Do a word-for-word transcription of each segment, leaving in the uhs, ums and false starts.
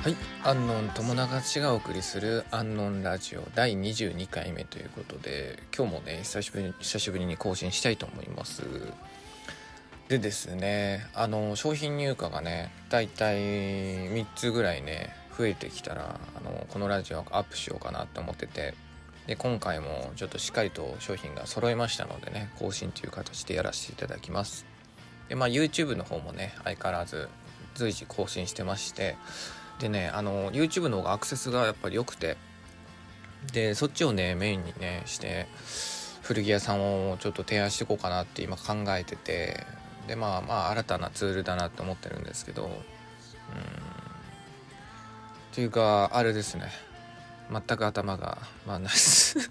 はい、アンノン友達がお送りするアンノンラジオだいにじゅうにかいめということで、今日もね久しぶり久しぶりに更新したいと思います。でですね、あの商品入荷がねだいたいみっつぐらいね増えてきたら、あのこのラジオアップしようかなと思ってて、で今回もちょっとしっかりと商品が揃いましたのでね、更新という形でやらせていただきます。でまあ YouTube の方もね相変わらず随時更新してまして、でねあの YouTube の方がアクセスがやっぱり良くて、でそっちをねメインにねして古着屋さんをちょっと提案していこうかなって今考えてて、でまあまあ新たなツールだなって思ってるんですけど、うーんっていうかあれですね、全く頭が回んないです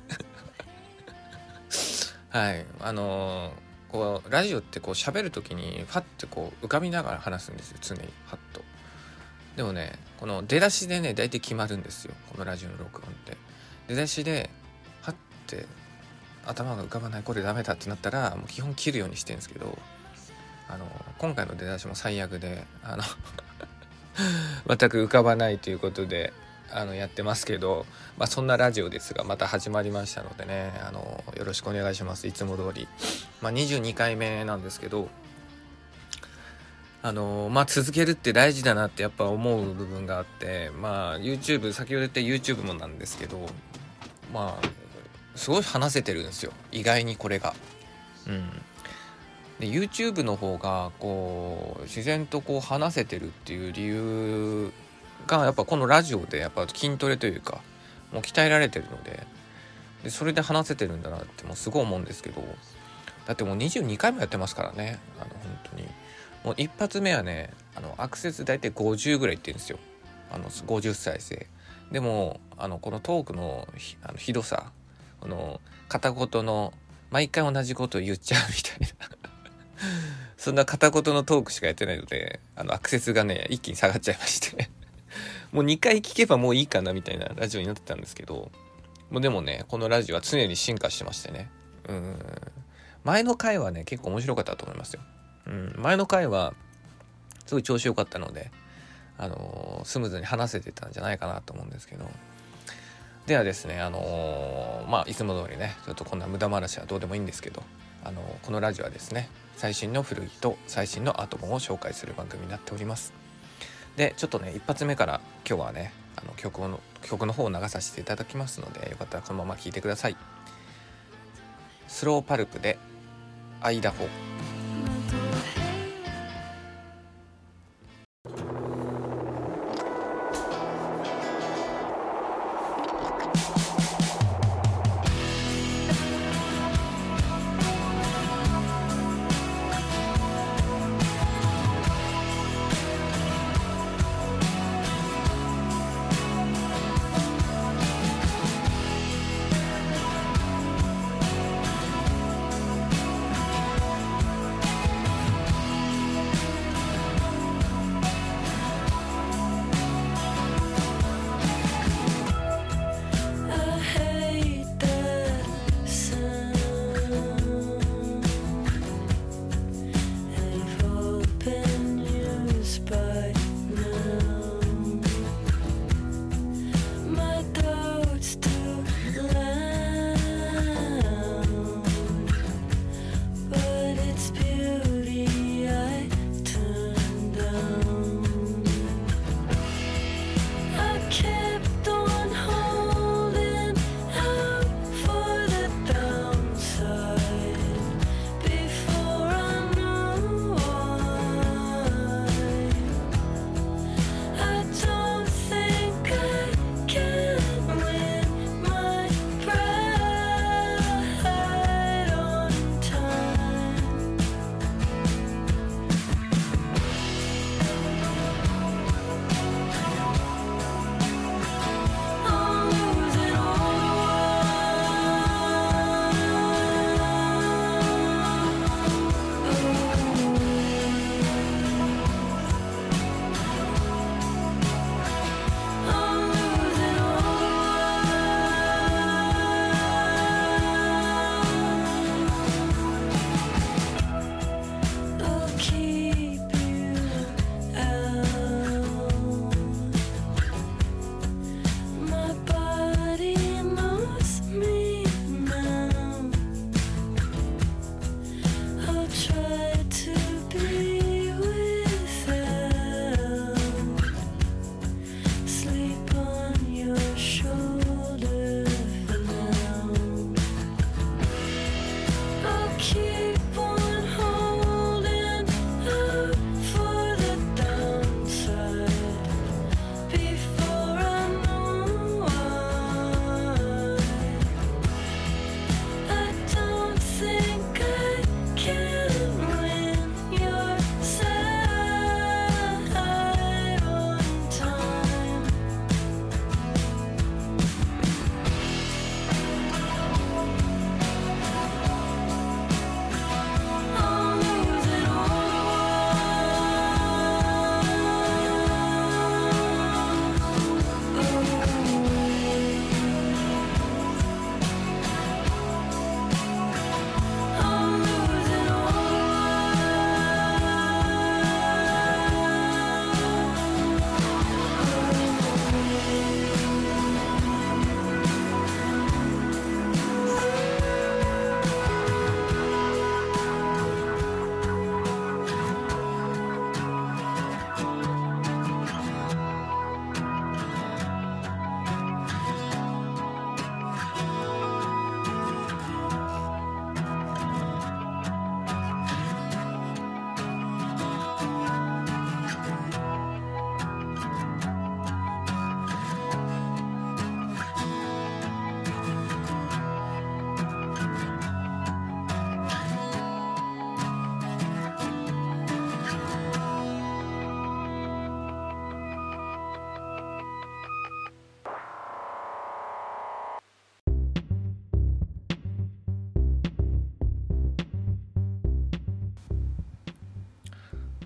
はいあのー、こうラジオってこう喋る時にファッてこう浮かびながら話すんですよ、常にファッと。でもねこの出だしでね大体決まるんですよ、このラジオの録音って。出だしではって頭が浮かばない、これダメだってなったらもう基本切るようにしてるんですけど、あの今回の出だしも最悪で、あの全く浮かばないということであのやってますけど、まあそんなラジオですがまた始まりましたのでね、あのよろしくお願いします。いつも通り、まあ、にじゅうにかいめなんですけど、あのまあ続けるって大事だなってやっぱ思う部分があって、まあ YouTube 先ほど言った YouTube もなんですけど、まあすごい話せてるんですよ、意外にこれが。うんで YouTube の方がこう自然とこう話せてるっていう理由がやっぱこのラジオでやっぱ筋トレというかもう鍛えられてるので、でそれで話せてるんだなってもうすごい思うんですけど、だってもうにじゅうにかいもやってますからね。あの本当にもう一発目はねあのアクセス大体ごじゅうぐらいいってるんですよ、あのごじゅっさい生でも。あのこのトークの ひ, あのひどさ、この片言の毎回同じことを言っちゃうみたいなそんな片言のトークしかやってないので、あのアクセスがね一気に下がっちゃいましてもうにかい聞けばもういいかなみたいなラジオになってたんですけど、もうでもねこのラジオは常に進化してましてね、うーん前の回はね結構面白かったと思いますよ。うん、前の回はすごい調子良かったので、あのー、スムーズに話せてたんじゃないかなと思うんですけど、ではですね、あのー、まあいつも通りねちょっとこんな無駄話はどうでもいいんですけど、あのー、このラジオはですね最新の古着と最新のアート本を紹介する番組になっております。でちょっとね一発目から今日はねあの 曲, の曲の方を流させていただきますので、よかったらこのまま聴いてください。スローパルプでアイダホ。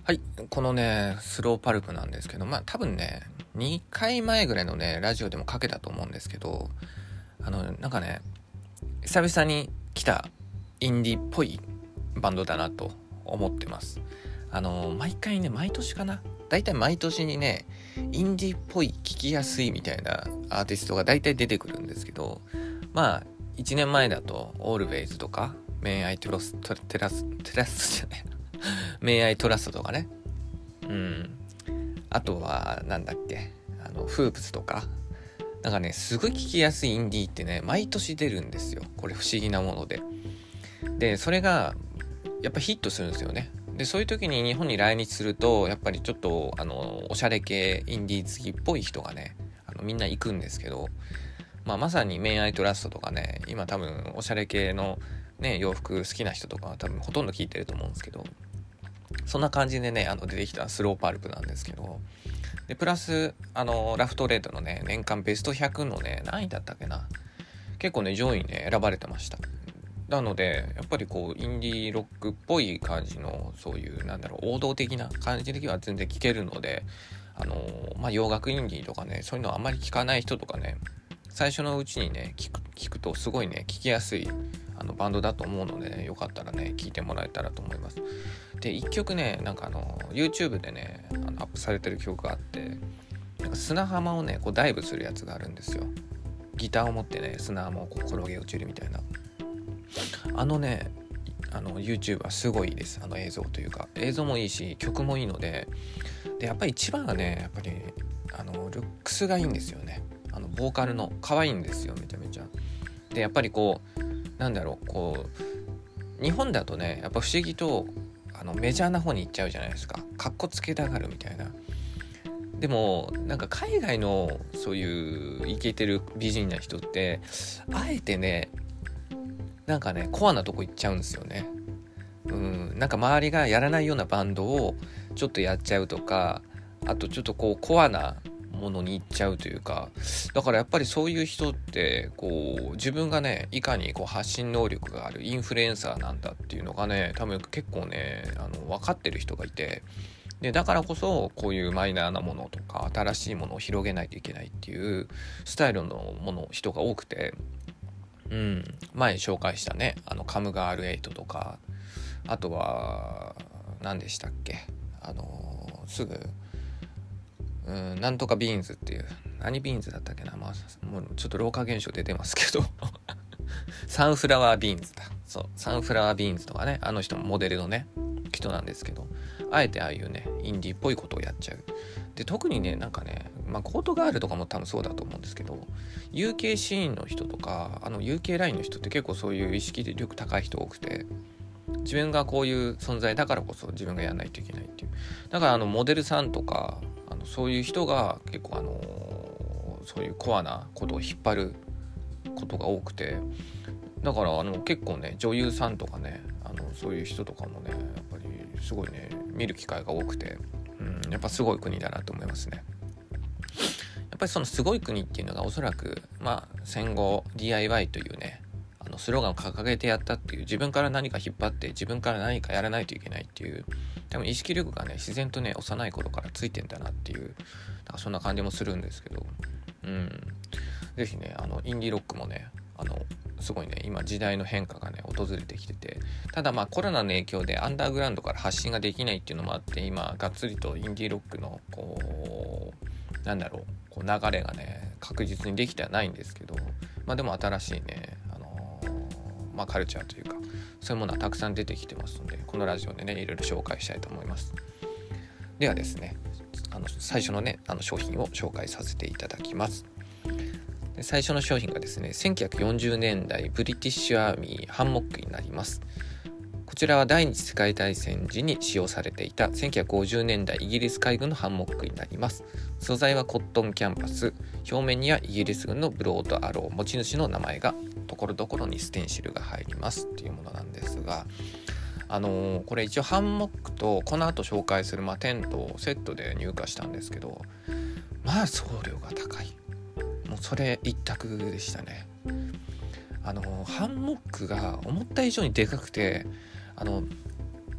はい、このねスローパルプなんですけど、まあ多分ねにかいまえぐらいのねラジオでもかけたと思うんですけど、あのなんかね久々に来たインディーっぽいバンドだなと思ってます。あの毎回ね毎年かなだいたい毎年にねインディーっぽい聴きやすいみたいなアーティストがだいたい出てくるんですけど、まあいちねんまえだとオールウェイズとかメイアイトラストテラステラスじゃないメイアイトラストとかね、うんあとはなんだっけあのフープスとか、なんかねすごい聴きやすいインディーってね毎年出るんですよ。これ不思議なもので、でそれがやっぱヒットするんですよね。でそういう時に日本に来日するとやっぱりちょっとあのおしゃれ系インディー好きっぽい人がねあのみんな行くんですけど、まあ、まさにメイアイトラストとかね今多分おしゃれ系のね洋服好きな人とかは多分ほとんど聞いてると思うんですけど、そんな感じでねあの出てきたスローパルプなんですけど、でプラスあのラフトレードのね年間ベストひゃくのね何位だったっけな、結構ね上位にね選ばれてました。なのでやっぱりこうインディーロックっぽい感じのそういうなんだろう王道的な感じでは全然聴けるので、あのー、まあ洋楽インディーとかねそういうのあんまり聞かない人とかね最初のうちにね聞く聞くとすごいね聞きやすいあのバンドだと思うので、ね、よかったらね聞いてもらえたらと思います。でいっきょくねなんかあの YouTube でねあのアップされてる曲があって、なんか砂浜をねこうダイブするやつがあるんですよ。ギターを持ってね砂浜をこう転げ落ちるみたいな、あのねあの YouTube はすごいです。あの映像というか映像もいいし曲もいいので、でやっぱり一番はねやっぱりあのルックスがいいんですよね。あのボーカルの可愛いんですよめちゃめちゃ。でやっぱりこうなんだろうこう日本だとねやっぱ不思議とあのメジャーな方に行っちゃうじゃないですか。かっこつけたがるみたいな。でもなんか海外のそういうイケてる美人な人ってあえてねなんかねコアなとこ行っちゃうんですよね。うんなんか周りがやらないようなバンドをちょっとやっちゃうとか、あとちょっとこうコアなものに行っちゃうというか、だからやっぱりそういう人ってこう自分がねいかにこう発信能力があるインフルエンサーなんだっていうのがね多分結構ねあの分かってる人がいて、でだからこそこういうマイナーなものとか新しいものを広げないといけないっていうスタイルのもの人が多くて、うん前紹介したねあのカムガールエイトとか、あとは何でしたっけあのすぐうんなんとかビーンズっていう何ビーンズだったっけな、まあ、もうちょっと老化現象出てますけどサンフラワービーンズだそうサンフラワービーンズとかねあの人もモデルのね人なんですけど、あえてああいうねインディーっぽいことをやっちゃう。で特にねなんかねまあゴートガールとかも多分そうだと思うんですけど ユーケー シーンの人とかあの ユーケー ラインの人って結構そういう意識力高い人多くて、自分がこういう存在だからこそ自分がやらないといけないっていう、だからあのモデルさんとかあのそういう人が結構あのそういうコアなことを引っ張ることが多くて、だからあの結構ね女優さんとかねあのそういう人とかもねやっぱりすごいね見る機会が多くて、うん、やっぱすごい国だなと思いますね。やっぱりそのすごい国っていうのがおそらくまあ戦後 ディーアイワイ というねあのスローガンを掲げてやったっていう、自分から何か引っ張って自分から何かやらないといけないっていう多分意識力がね自然とね幼い頃からついてんだなっていう、なんかそんな感じもするんですけど、うんぜひねあのインディーロックもねあのすごいね今時代の変化がね訪れてきてて、ただまあコロナの影響でアンダーグラウンドから発信ができないっていうのもあって今がっつりとインディーロックのこうなんだろうこう流れがね確実にできてはないんですけど、まあでも新しいねあのー、まあカルチャーというかそういうものはたくさん出てきてますので、このラジオでねいろいろ紹介したいと思います。ではですねあの最初のねあの商品を紹介させていただきます。最初の商品がですねせんきゅうひゃくよんじゅうねんだいブリティッシュアーミーハンモックになります。こちらは第二次世界大戦時に使用されていたせんきゅうひゃくごじゅうねんだいイギリス海軍のハンモックになります。素材はコットンキャンバス、表面にはイギリス軍のブロードアロー、持ち主の名前がところどころにステンシルが入りますっていうものなんですが、あのー、これ一応ハンモックとこの後紹介する、まあ、テントをセットで入荷したんですけど、まあ送料が高い、もうそれ一択でしたね。あのハンモックが思った以上にでかくて、あの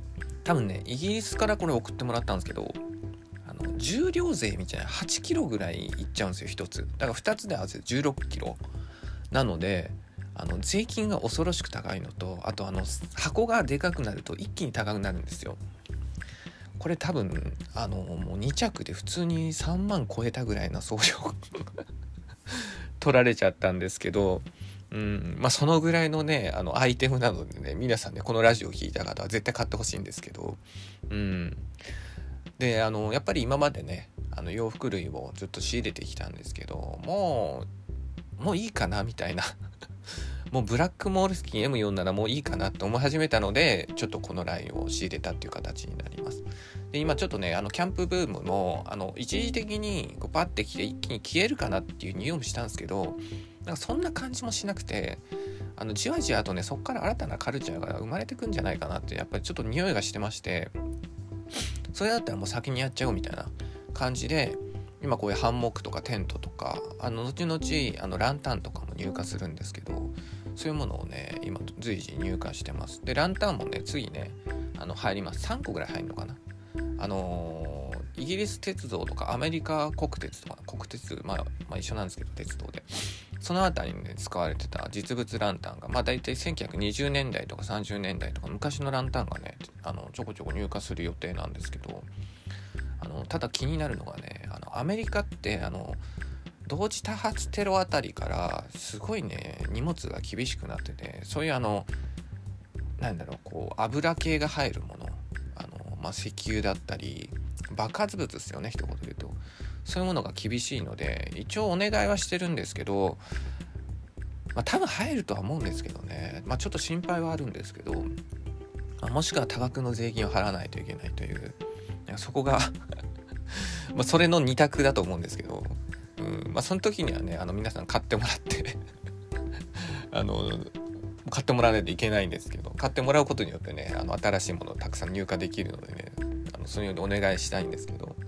多分ねイギリスからこれ送ってもらったんですけど、あの重量税みたいなはちキロぐらいいっちゃうんですよ、ひとつだからふたつで合わせてじゅうろっキロなので、あの税金が恐ろしく高いのと、あとあの箱がでかくなると一気に高くなるんですよ。これ多分あのもうに着で普通にさんまん超えたぐらいな送料取られちゃったんですけど、うんまあそのぐらいのねあのアイテムなのでね、皆さんねこのラジオを聞いた方は絶対買ってほしいんですけど、うんであのやっぱり今までねあの洋服類をずっと仕入れてきたんですけど、もうもういいかなみたいなもうブラックモールスキン エムよん ならもういいかなと思い始めたので、ちょっとこのラインを仕入れたっていう形になります。で今ちょっとねあのキャンプブームもあの一時的にこうパッて来て一気に消えるかなっていう匂いもしたんですけど、なんかそんな感じもしなくて、あのじわじわとねそっから新たなカルチャーが生まれてくんじゃないかなって、やっぱりちょっと匂いがしてまして、それだったらもう先にやっちゃおうみたいな感じで、今こういうハンモックとかテントとかあの後々あのランタンとかも入荷するんですけど、そういうものをね今随時入荷してます。でランタンもね次ねあの入ります。さんこぐらい入るのかな。あのー、イギリス鉄道とかアメリカ国鉄とか国鉄、まあ、まあ一緒なんですけど鉄道でそのあたりに、ね、使われてた実物ランタンがまあ大体せんきゅうひゃくにじゅうねんだいとかさんじゅうねんだいとか昔のランタンがねあのちょこちょこ入荷する予定なんですけど、あのただ気になるのがね、あのアメリカってあの同時多発テロあたりからすごいね荷物が厳しくなってて、そういうあのなんだろうこう油系が入るもの、あの、まあ、石油だったり爆発物ですよね、一言で言うと。そういうものが厳しいので一応お願いはしてるんですけど、まあ、多分入るとは思うんですけどね、まあ、ちょっと心配はあるんですけど、まあ、もしくは多額の税金を払わないといけないという、そこがまあそれの二択だと思うんですけど、うんまあ、その時にはねあの皆さん買ってもらってあの買ってもらわないといけないんですけど、買ってもらうことによってねあの新しいものをたくさん入荷できるのでね、あのそういうのお願いしたいんですけど、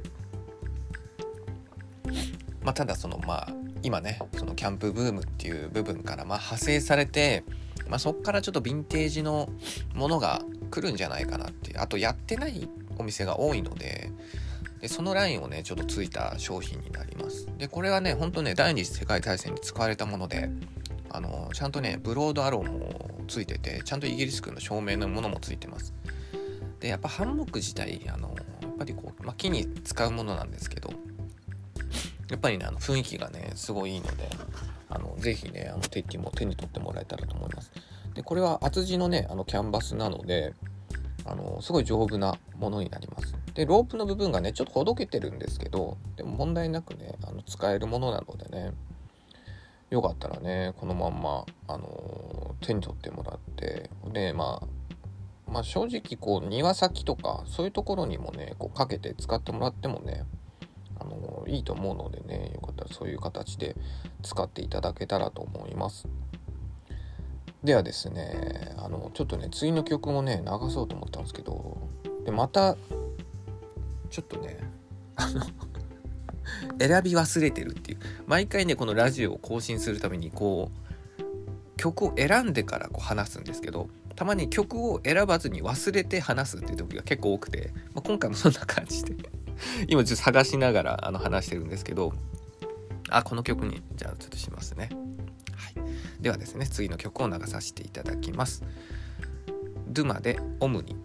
まあ、ただそのまあ今ねそのキャンプブームっていう部分からまあ派生されて、まあ、そこからちょっとヴィンテージのものが来るんじゃないかなっていう、あとやってないお店が多いので、でそのラインをねちょっとついた商品になります。でこれはね本当ね第二次世界大戦に使われたもので、あのちゃんとねブロードアローもついてて、ちゃんとイギリス軍の証明のものもついてます。でやっぱハンモック自体あのやっぱりこう、まあ、木に使うものなんですけど、やっぱりねあの雰囲気がねすごいいいので、あのぜひねあの鉄器も手に取ってもらえたらと思います。でこれは厚地のねあのキャンバスなので、あのすごい丈夫なものになります。でロープの部分がねちょっとほどけてるんですけど、でも問題なくねあの使えるものなのでね、よかったらねこのまんま、あのー、手に取ってもらって、でまあまあ正直こう庭先とかそういうところにもねこうかけて使ってもらってもね、あのー、いいと思うのでね、よかったらそういう形で使っていただけたらと思います。ではですね、あのちょっとね次の曲もね流そうと思ったんですけど、でまたちょっとねあの選び忘れてるっていう、毎回ねこのラジオを更新するためにこう曲を選んでからこう話すんですけど、たまに曲を選ばずに忘れて話すっていう時が結構多くて、まあ、今回もそんな感じで今ちょっと探しながらあの話してるんですけど、あこの曲にじゃあちょっとしますね。はい、ではですね次の曲を流させていただきます。ドゥマでオムニ。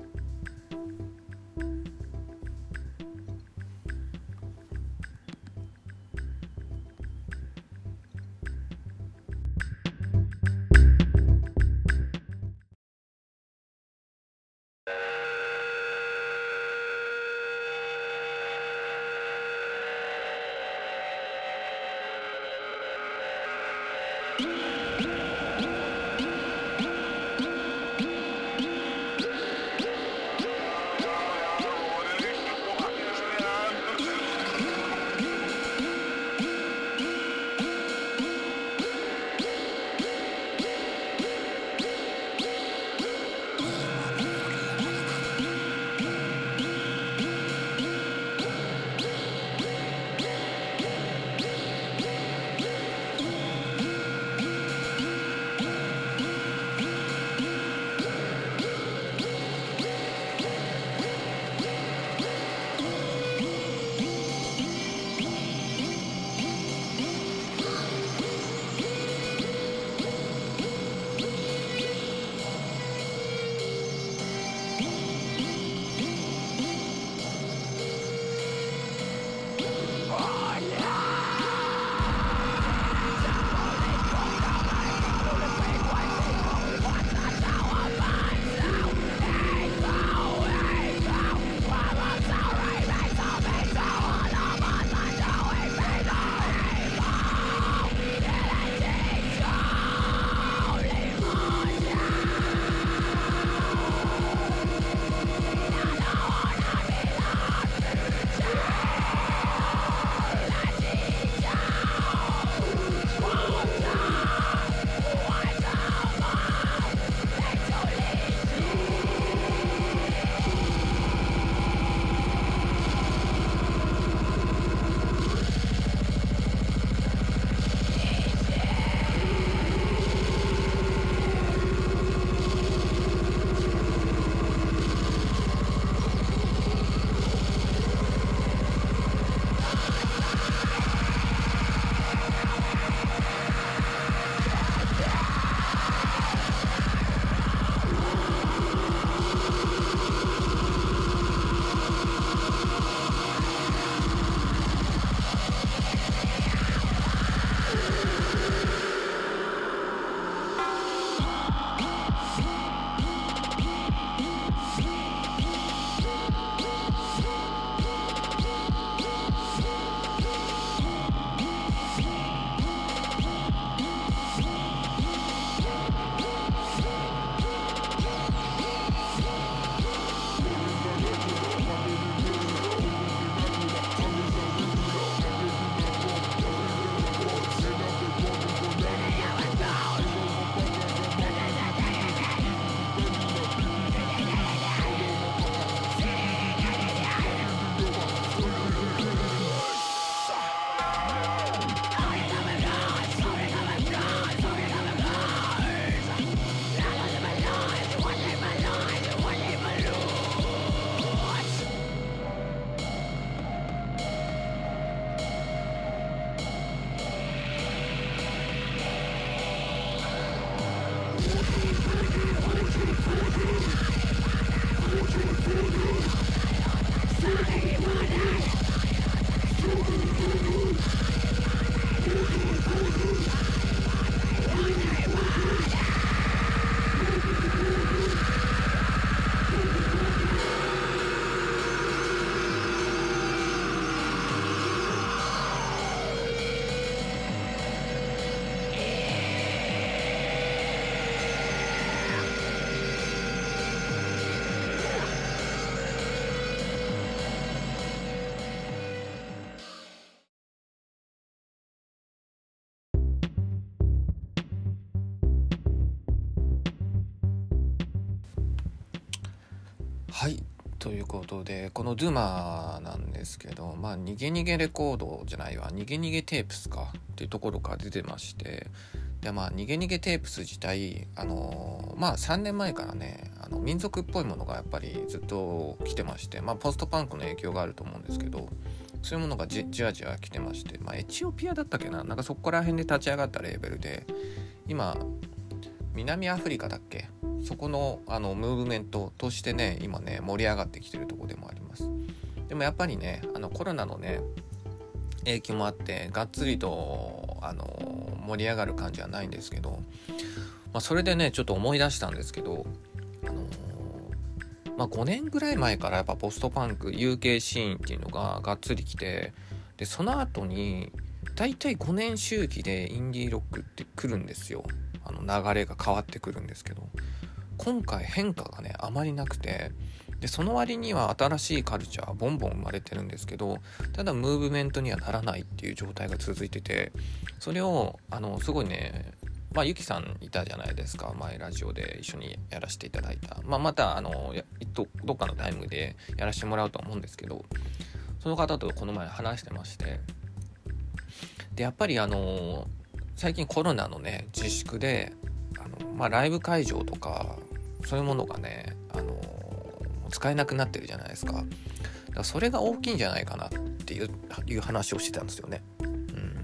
Thank you. はい、ということでこのドゥマなんですけど、まあ逃げ逃げレコードじゃないわ逃げ逃げテープスかっていうところから出てまして、でまあ逃げ逃げテープス自体あのー、まあさんねんまえからねあの民族っぽいものがやっぱりずっと来てまして、まあポストパンクの影響があると思うんですけど、そういうものがじじわじわ来てまして、まあエチオピアだったっけな、なんかそこら辺で立ち上がったレーベルで、今南アフリカだっけ、そこのあのムーブメントとしてね今ね盛り上がってきてるところでもあります。でもやっぱりねあのコロナのね影響もあってがっつりとあの盛り上がる感じはないんですけど、まあ、それでねちょっと思い出したんですけど、あのまあ、ごねんぐらい前からやっぱポストパンク ユーケー シーンっていうのががっつり来て、でその後にだいたいごねん周期でインディーロックって来るんですよ。あの流れが変わってくるんですけど、今回変化がねあまりなくて、でその割には新しいカルチャーボンボン生まれてるんですけど、ただムーブメントにはならないっていう状態が続いてて、それをあのすごいね、まあゆきさんいたじゃないですか、前ラジオで一緒にやらせていただいた、まあ、またあのや ど, どっかのタイムでやらせてもらうと思うんですけど、その方とこの前話してまして、でやっぱりあの最近コロナのね自粛であの、まあ、ライブ会場とかそういうものがねあの使えなくなってるじゃないですか。だからそれが大きいんじゃないかなっていう、いう話をしてたんですよね。うん、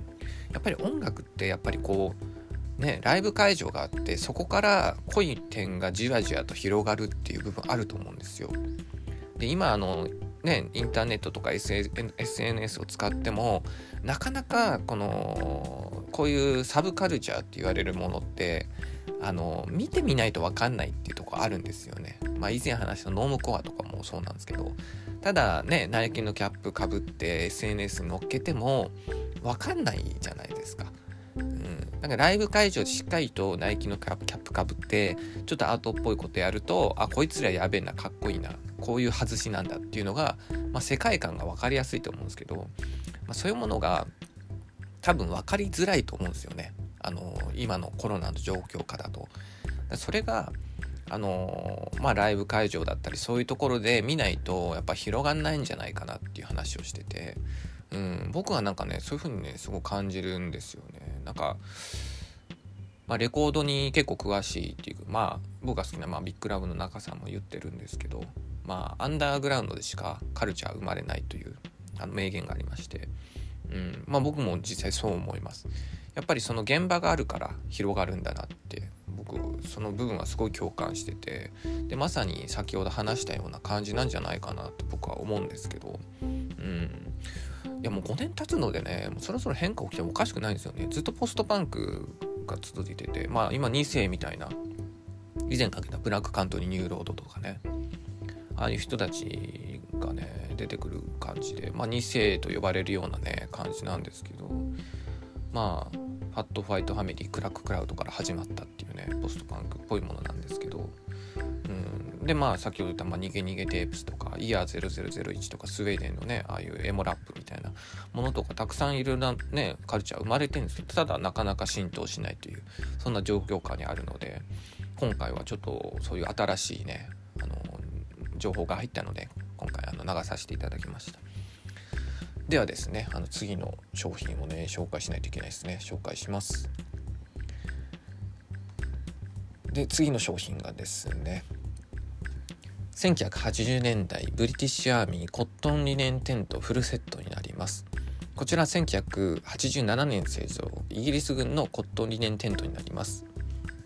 やっぱり音楽ってやっぱりこうねライブ会場があって、そこから濃い点がじわじわと広がるっていう部分あると思うんですよ。で今あのねインターネットとか エスエヌエス を使ってもなかなかこのこういうサブカルチャーって言われるものってあの見てみないと分かんないっていうところあるんですよね。まあ以前話したノームコアとかもそうなんですけど、ただねナイキのキャップかぶって エスエヌエス に載っけても分かんないじゃないですか。うん、なんかライブ会場でしっかりとナイキのキャップかぶってちょっとアートっぽいことやると、あこいつらやべえな、かっこいいな、こういう外しなんだっていうのが、まあ、世界観が分かりやすいと思うんですけど、まあ、そういうものが多分分かりづらいと思うんですよね、あの今のコロナの状況下だと。それがあのまあライブ会場だったりそういうところで見ないとやっぱ広がんないんじゃないかなっていう話をしてて、うん、僕はなんかねそういう風にねすごく感じるんですよね。なんか、まあ、レコードに結構詳しいっていう、まあ僕が好きな、まあ、ビッグラブの中さんも言ってるんですけど、まあアンダーグラウンドでしかカルチャー生まれないというあの名言がありまして、うん、まあ僕も実際そう思います。やっぱりその現場があるから広がるんだなって、僕その部分はすごい共感してて、でまさに先ほど話したような感じなんじゃないかなと僕は思うんですけど、うん、いやもうごねん経つのでね、もうそろそろ変化起きてもおかしくないんですよね。ずっとポストパンクが続いてて、まあ今に世みたいな、以前かけたブラックカントリーニューロードとかね、ああいう人たちがね出てくる感じで、まあに世と呼ばれるようなね感じなんですけど、まあファットファイトファミリークラッククラウドから始まったっていうねポストパンクっぽいものなんですけど、うん、でまあ先ほど言った、まあ、逃げ逃げテープスとかイヤーゼロゼロゼロいちとかスウェーデンのねああいうエモラップみたいなものとかたくさんいろんなねカルチャー生まれてるんですけど、ただなかなか浸透しないというそんな状況下にあるので、今回はちょっとそういう新しいねあの情報が入ったので今回あの流させていただきました。ではですね、あの次の商品をね紹介しないといけないですね。紹介します。で次の商品がですね、せんきゅうひゃくはちじゅうねんだいブリティッシュアーミーコットンリネンテントフルセットになります。こちらせんきゅうひゃくはちじゅうななねん製造イギリス軍のコットンリネンテントになります。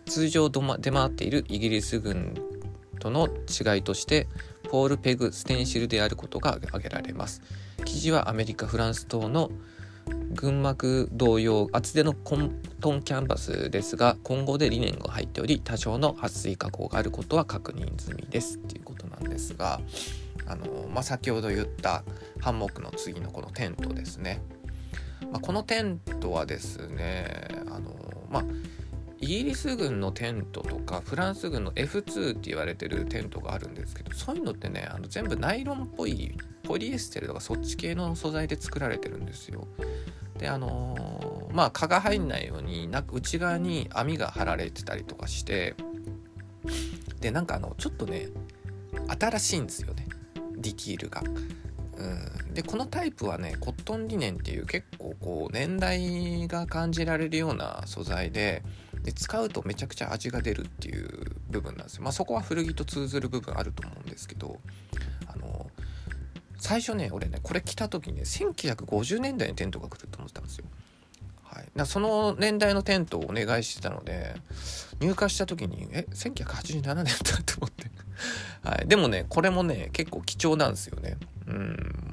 通常出回っているイギリス軍との違いとしてポールペグステンシルであることが挙げられます。生地はアメリカ、フランス等の軍膜同様厚手のコントンキャンバスですが、混合でリネンが入っており多少の撥水加工があることは確認済みですということなんですが、あの、まあ、先ほど言ったハンモックの次のこのテントですね。まあ、このテントはですね、あの、まあ、イギリス軍のテントとかフランス軍の エフツー って言われてるテントがあるんですけど、そういうのってね、あの全部ナイロンっぽいポリエステルとかそっち系の素材で作られてるんですよ。で、あのー、まあ蚊が入んないようにな内側に網が張られてたりとかして、でなんかあのちょっとね新しいんですよね、ディティールが。うん、でこのタイプはねコットンリネンっていう結構こう年代が感じられるような素材で、で使うとめちゃくちゃ味が出るっていう部分なんですよ。まあそこは古着と通ずる部分あると思うんですけど、あの最初ね俺ねこれ着た時ねせんきゅうひゃくごじゅうねんだいのテントが来ると思ってたんですよ。はい、だその年代のテントをお願いしてたので、入荷した時にえせんきゅうひゃくはちじゅうななねんだと思って、はい、でもねこれもね結構貴重なんですよね。うん、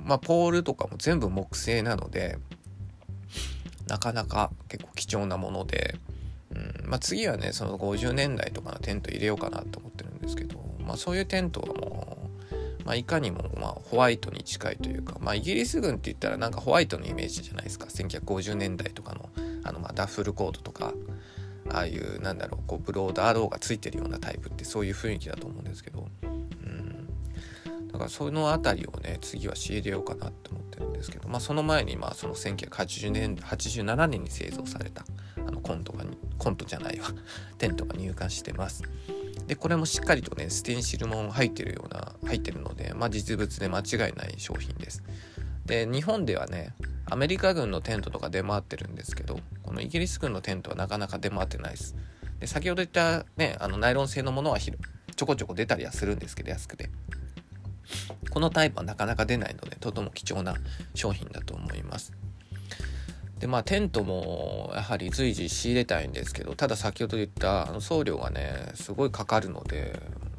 まあポールとかも全部木製なのでなかなか結構貴重なもので、うんまあ、次はねそのごじゅうねんだいとかのテント入れようかなと思ってるんですけど、まあ、そういうテントはもう、まあ、いかにもまあホワイトに近いというか、まあ、イギリス軍って言ったらなんかホワイトのイメージじゃないですか。せんきゅうひゃくごじゅうねんだいとかのあのまあダッフルコートとかああいうなんだろうこうブローダーローがついてるようなタイプってそういう雰囲気だと思うんですけど、だからそのあたりをね次は仕入れようかなって思ってるんですけど、まあその前にまあそのせんきゅうひゃくはちじゅうねんはちじゅうななねんに製造されたあのコントがコントじゃないわテントが入荷してます。でこれもしっかりとねステンシルも入ってるような入ってるので、まあ実物で間違いない商品です。で日本ではねアメリカ軍のテントとか出回ってるんですけど、このイギリス軍のテントはなかなか出回ってないです。で先ほど言ったねあのナイロン製のものはちょこちょこ出たりはするんですけど安くて、このタイプはなかなか出ないのでとても貴重な商品だと思います。でまあテントもやはり随時仕入れたいんですけど、ただ先ほど言ったあの送料がねすごいかかるので、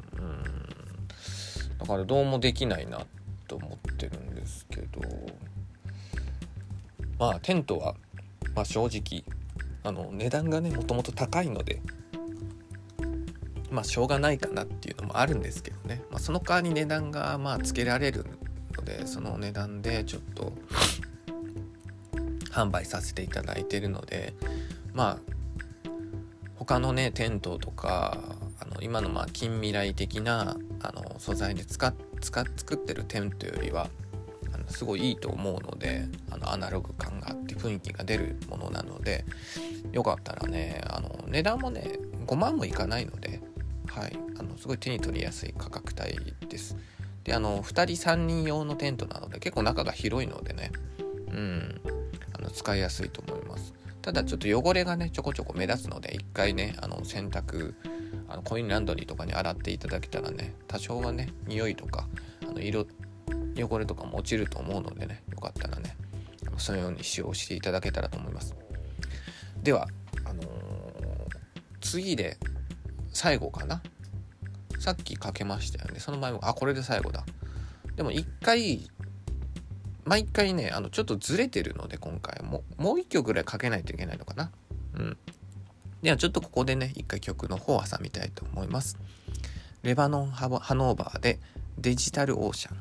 うんだからどうもできないなと思ってるんですけど、まあテントは、まあ、正直あの値段がねもともと高いのでまあしょうがないかなっていうのもあるんですけどね、まあ、その代わり値段がまあつけられるのでその値段でちょっと販売させていただいているので、まあ他のねテントとかあの今のまあ近未来的なあの素材で使っ使っ作ってるテントよりはあのすごいいいと思うので、あのアナログ感があって雰囲気が出るものなので、よかったらねあの値段もねごまんもいかないので、はい、あのすごい手に取りやすい価格帯です。であのふたりさんにん用のテントなので結構中が広いのでね、うんあの使いやすいと思います。ただちょっと汚れがねちょこちょこ目立つので一回ねあの洗濯あのコインランドリーとかに洗っていただけたらね多少はね匂いとかあの色汚れとかも落ちると思うのでね、よかったらねそのように使用していただけたらと思います。ではあのー、次で最後かな。さっきかけましたよね。その前もあこれで最後だ。でも一回毎回ねあのちょっとずれてるので今回ももう一曲ぐらいかけないといけないのかな。うんではちょっとここでね一回曲の方を挟みたいと思います。レバノンハノーバーでデジタルオーシャン。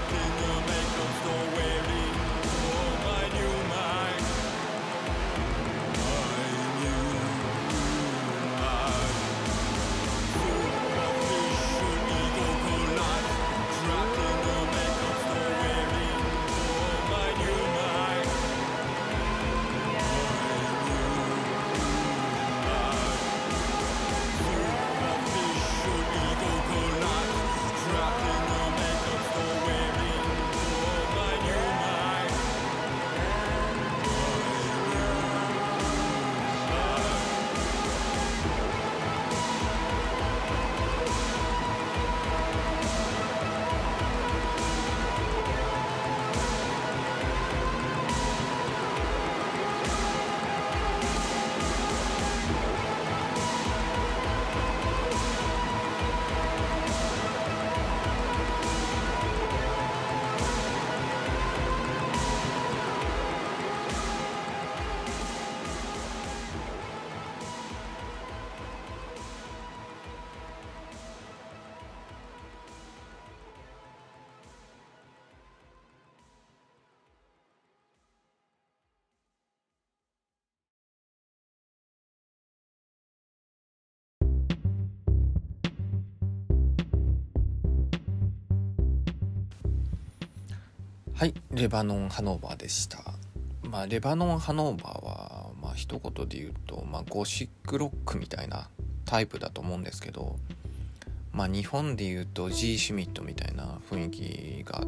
はい、レバノンハノーバーでした。まあレバノンハノーバーはまあ一言で言うと、まあ、ゴシックロックみたいなタイプだと思うんですけど、まあ日本で言うと G シュミットみたいな雰囲気があって、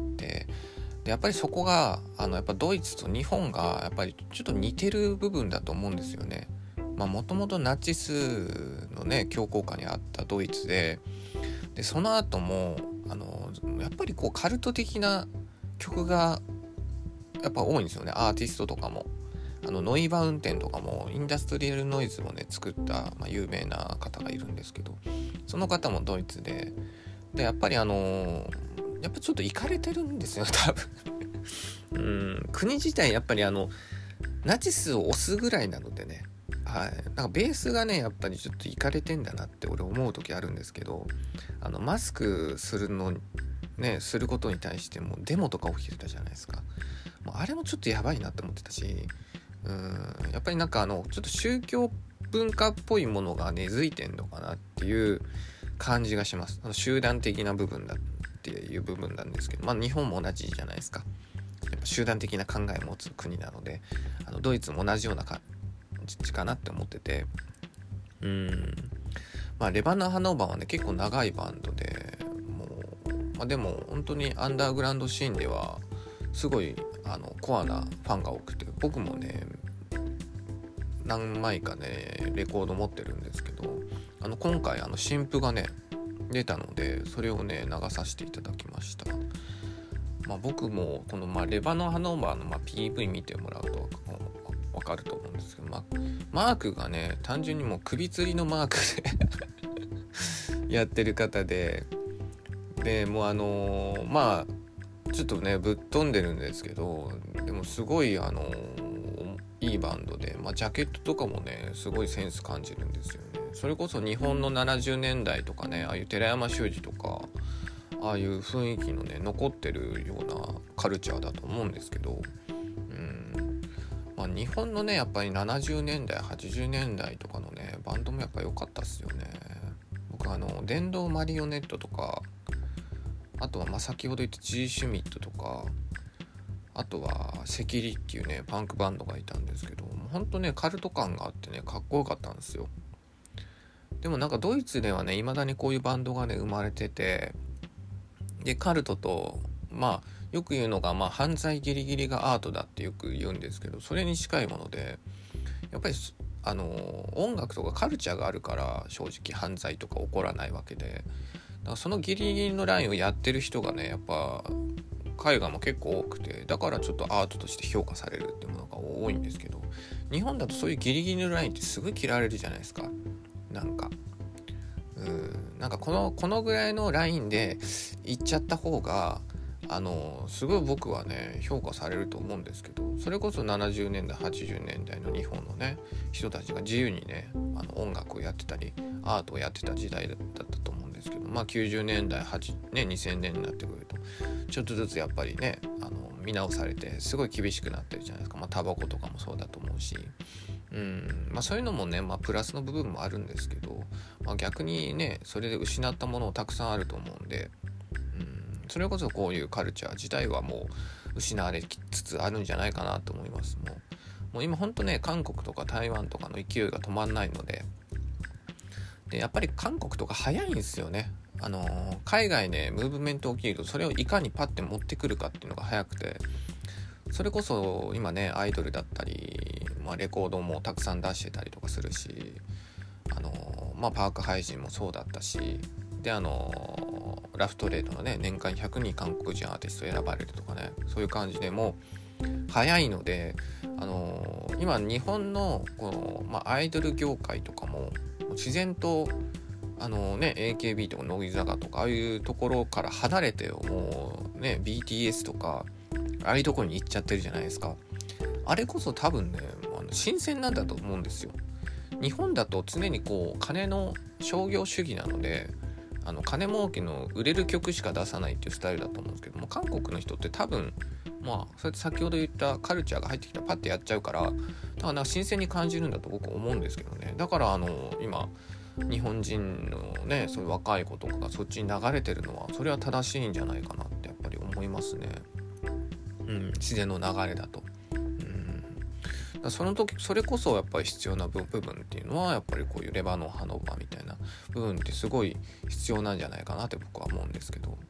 でやっぱりそこがあのやっぱドイツと日本がやっぱりちょっと似てる部分だと思うんですよね。まあもともとナチスのね強硬下にあったドイツで、でその後もあのやっぱりこうカルト的な曲がやっぱ多いんですよね。アーティストとかもあのノイバウンテンとかもインダストリアルノイズをね作った、まあ、有名な方がいるんですけど、その方もドイツででやっぱりあのやっぱちょっとイカれてるんですよ多分うん国自体やっぱりあのナチスを押すぐらいなのでね、はい、なんかベースがねやっぱりちょっとイカれてんだなって俺思う時あるんですけど、あのマスクするのねすることに対してもデモとか起きてたじゃないですか。もうあれもちょっとやばいなって思ってたし、うんやっぱりなんかあのちょっと宗教文化っぽいものが根付いてんのかなっていう感じがします。あの集団的な部分だっていう部分なんですけど、まあ日本も同じじゃないですか。やっぱ集団的な考えを持つ国なので、あのドイツも同じような感じかなって思ってて、うーんまあレバノンハノーバーはね結構長いバンドで、もう、まあ、でも本当にアンダーグラウンドシーンではすごいあのコアなファンが多くて、僕もね何枚かねレコード持ってるんですけど、あの今回あの新譜がね出たのでそれをね流させていただきました。まあ、僕もこの、まあ、レバノンハノーバーの、まあ、ピーブイ 見てもらうと分かると思うんですけど、まあ、マークがね単純にもう首吊りのマークでやってる方で、でもうあのー、まあちょっとねぶっ飛んでるんですけど、でもすごいあのー、いいバンドで、まあ、ジャケットとかもねすごいセンス感じるんですよね。それこそ日本のななじゅうねんだいとかね、ああいう寺山修司とかああいう雰囲気のね残ってるようなカルチャーだと思うんですけど、うんまあ、日本のねやっぱりななじゅうねんだいはちじゅうねんだいとかのねバンドもやっぱ良かったっすよね。僕あの電動マリオネットとか、あとはまあ先ほど言った G シュミットとか、あとはセキリっていうねパンクバンドがいたんですけど、ほんとねカルト感があってねかっこよかったんですよ。でもなんかドイツではね未だにこういうバンドがね生まれてて、でカルトとまあよく言うのが、まあ、犯罪ギリギリがアートだってよく言うんですけど、それに近いもので、やっぱりあの音楽とかカルチャーがあるから正直犯罪とか起こらないわけで、だからそのギリギリのラインをやってる人がねやっぱ海外も結構多くて、だからちょっとアートとして評価されるっていうものが多いんですけど、日本だとそういうギリギリのラインってすごい嫌われるじゃないですか。なんかうんなんかこのこのぐらいのラインで行っちゃった方があのすごい僕はね評価されると思うんですけど、それこそななじゅうねんだいはちじゅうねんだいの日本のね人たちが自由にねあの音楽をやってたりアートをやってた時代だったと思うんでですけど、まあきゅうじゅうねんだいはち、ね、にせんねんになってくるとちょっとずつやっぱりねあの見直されてすごい厳しくなってるじゃないですか。まあタバコとかもそうだと思うし、うんまあ、そういうのもね、まあ、プラスの部分もあるんですけど、まあ、逆にねそれで失ったものをたくさんあると思うんで、うんそれこそこういうカルチャー自体はもう失われつつあるんじゃないかなと思います。もうもう今ほんとね韓国とか台湾とかの勢いが止まんないので、でやっぱり韓国とか早いんですよね。あのー、海外ねムーブメント起きるとそれをいかにパッて持ってくるかっていうのが早くて、それこそ今ねアイドルだったり、まあ、レコードもたくさん出してたりとかするし、あのー、まあパーク配信もそうだったし、であのー、ラフトレードのね年間ひゃくにん韓国人アーティスト選ばれるとかね、そういう感じでもう早いので、あのー、今日本のこの、まあ、アイドル業界とかも自然とあのね エーケービー とか乃木坂とかああいうところから離れてもうね ビーティーエス とかああいうところに行っちゃってるじゃないですか。あれこそ多分ねあの新鮮なんだと思うんですよ。日本だと常にこう金の商業主義なので、あの金儲けの売れる曲しか出さないっていうスタイルだと思うんですけども、韓国の人って多分まあそうやって先ほど言ったカルチャーが入ってきたらパッてやっちゃうから、だからなんか新鮮に感じるんだと僕は思うんですけどね。だからあの今日本人のねそういう若い子とかがそっちに流れてるのはそれは正しいんじゃないかなってやっぱり思いますね。うん、自然の流れだと。だその時それこそやっぱり必要な部分っていうのはやっぱりこういうレバノンハノーバーみたいな部分ってすごい必要なんじゃないかなって僕は思うんですけど、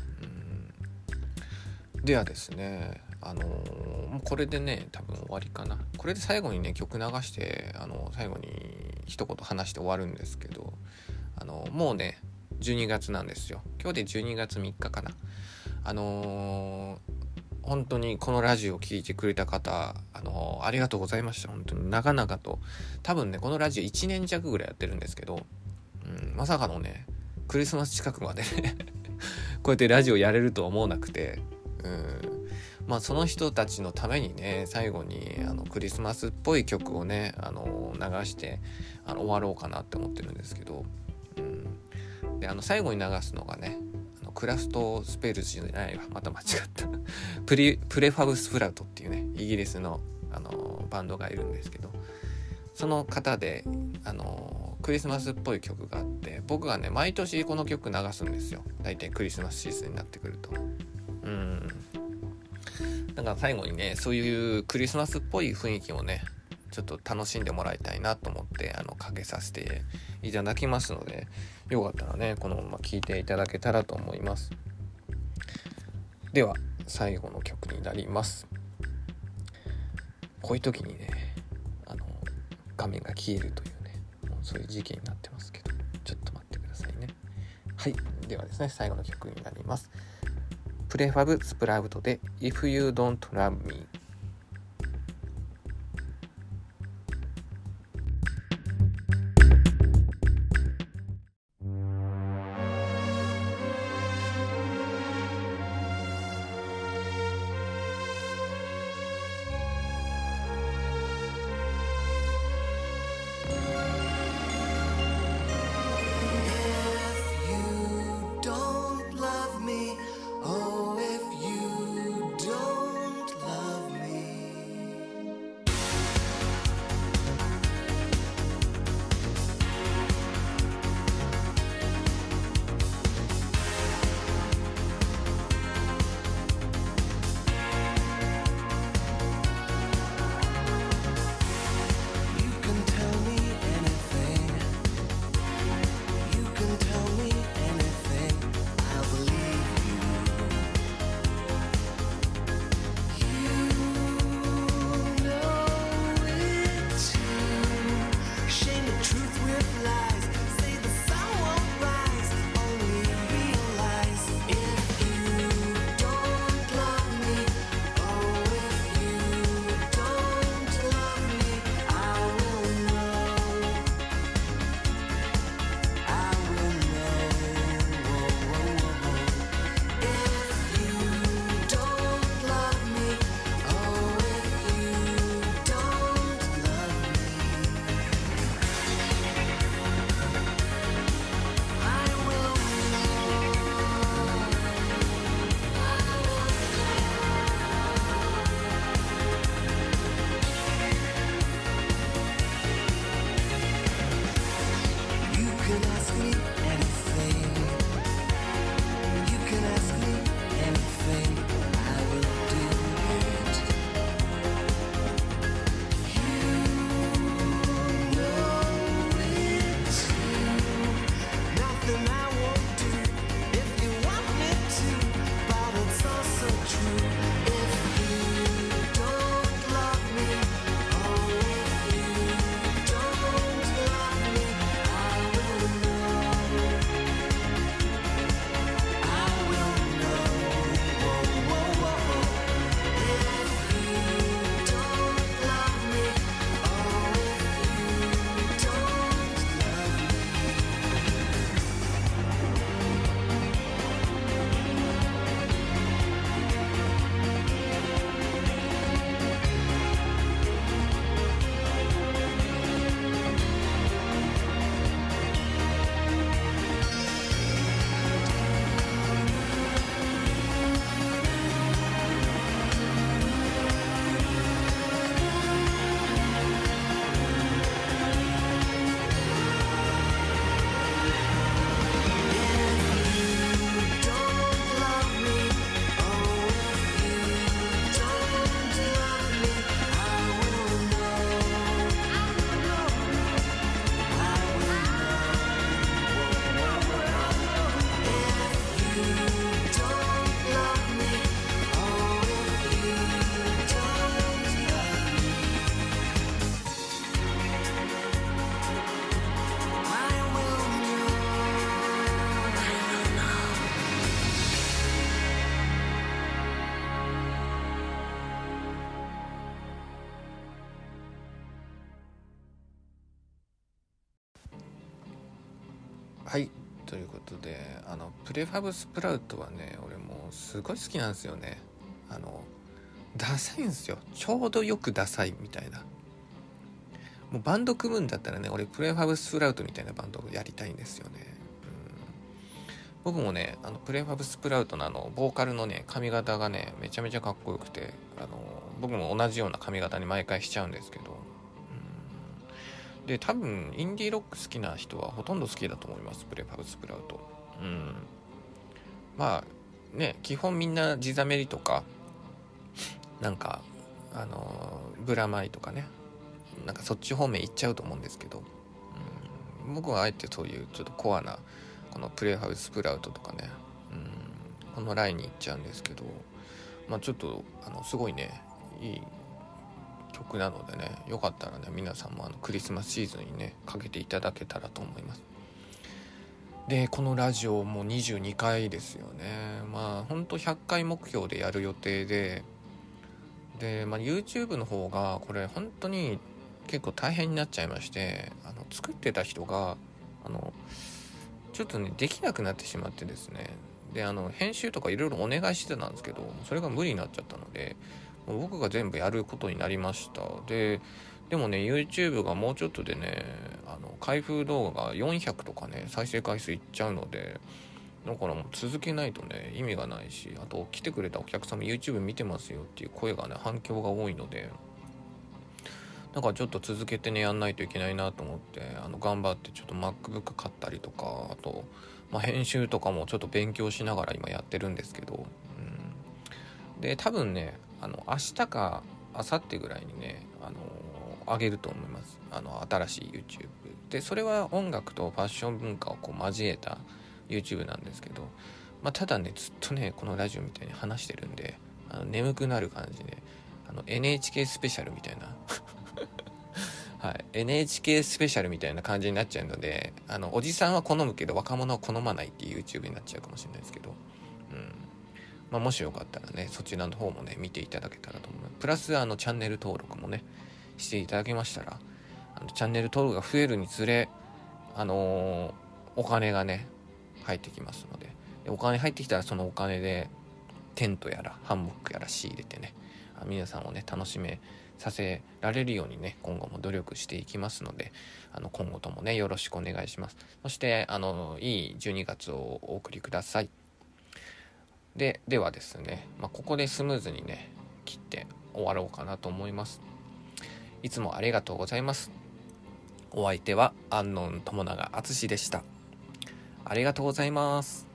うんではですねあのー、もうこれでね多分終わりかな。これで最後にね曲流してあの最後に一言話して終わるんですけど、あのー、もうねじゅうにがつなんですよ。今日でじゅうにがつみっかかな。あのー本当にこのラジオを聞いてくれた方、あのー、ありがとうございました。本当に長々と多分ねこのラジオいちねん弱ぐらいやってるんですけど、うん、まさかのねクリスマス近くまでねこうやってラジオやれるとは思わなくて、うんまあその人たちのためにね最後にあのクリスマスっぽい曲をねあの流してあの終わろうかなって思ってるんですけど、うん、であの最後に流すのがねクラフトスペルズじゃないわまた間違ったプリプレファブスプラウトっていうねイギリスの、あのー、バンドがいるんですけど、その方で、あのー、クリスマスっぽい曲があって、僕がね毎年この曲流すんですよ。だいたいクリスマスシーズンになってくると。うんだから最後にねそういうクリスマスっぽい雰囲気をねちょっと楽しんでもらいたいなと思ってあのかけさせていただきますので、よかったらねこのまま聴いていただけたらと思います。では最後の曲になります。こういう時にねあの画面が消えるというねもうそういう時期になってますけど、ちょっと待ってくださいね。はい、ではですね最後の曲になります。プレファブスプラウトで If You Don't Love Me。 Oh, if you don't love me はいということで、あのプレファブスプラウトはね、俺もうすごい好きなんですよね。あのダサいんですよ、ちょうどよくダサいみたいな。もうバンド組むんだったらね、俺プレファブスプラウトみたいなバンドをやりたいんですよね。うん、僕もね、あのプレファブスプラウトのあのボーカルのね髪型がねめちゃめちゃかっこよくて、あの僕も同じような髪型に毎回しちゃうんですけど、うん、で多分インディーロック好きな人はほとんど好きだと思います、プレファブスプラウト。うん、まあね、基本みんな地ざめりとかなんかあのブラマイとかね、なんかそっち方面行っちゃうと思うんですけど、うん、僕はあえてそういうちょっとコアなこのプレイハウススプラウトとかね、うん、このラインに行っちゃうんですけど、まあちょっとあのすごいねいい曲なのでね、よかったらね皆さんもあのクリスマスシーズンにねかけていただけたらと思います。でこのラジオもにじゅうにかいですよね。まあほんとひゃっかい目標でやる予定で、で、まあ、YouTube の方がこれ本当に結構大変になっちゃいまして、あの作ってた人があのちょっとねできなくなってしまってですね、であの編集とかいろいろお願いしてたんですけど、それが無理になっちゃったのでもう僕が全部やることになりました。ででもね YouTube がもうちょっとでね、あの開封動画がよんひゃくとかね再生回数いっちゃうので、だからもう続けないとね意味がないし、あと来てくれたお客さんも YouTube 見てますよっていう声がね反響が多いので、だからちょっと続けてねやんないといけないなと思って、あの頑張ってちょっと MacBook 買ったりとか、あと、まあ、編集とかもちょっと勉強しながら今やってるんですけど、うん、で多分ねあの明日か明後日ぐらいにねあの上げると思います。あの新しい YouTube で、それは音楽とファッション文化をこう交えた YouTube なんですけど、まあ、ただねずっとねこのラジオみたいに話してるんで、あの眠くなる感じで、あの エヌエイチケー スペシャルみたいなはい、エヌエイチケー スペシャルみたいな感じになっちゃうので、あのおじさんは好むけど若者は好まないっていう YouTube になっちゃうかもしれないですけど、うんまあ、もしよかったらねそちらの方もね見ていただけたらと思います。プラスあのチャンネル登録もねしていただけましたら、あのチャンネル登録が増えるにつれ、あのー、お金がね入ってきますので、でお金入ってきたらそのお金でテントやらハンモックやら仕入れてね、皆さんをね楽しめさせられるようにね今後も努力していきますので、あの今後ともねよろしくお願いします。そしてあのいいじゅうにがつをお送りください。でではですね、まあ、ここでスムーズにね切って終わろうかなと思います。いつもありがとうございます。お相手は安納友永敦でした。ありがとうございます。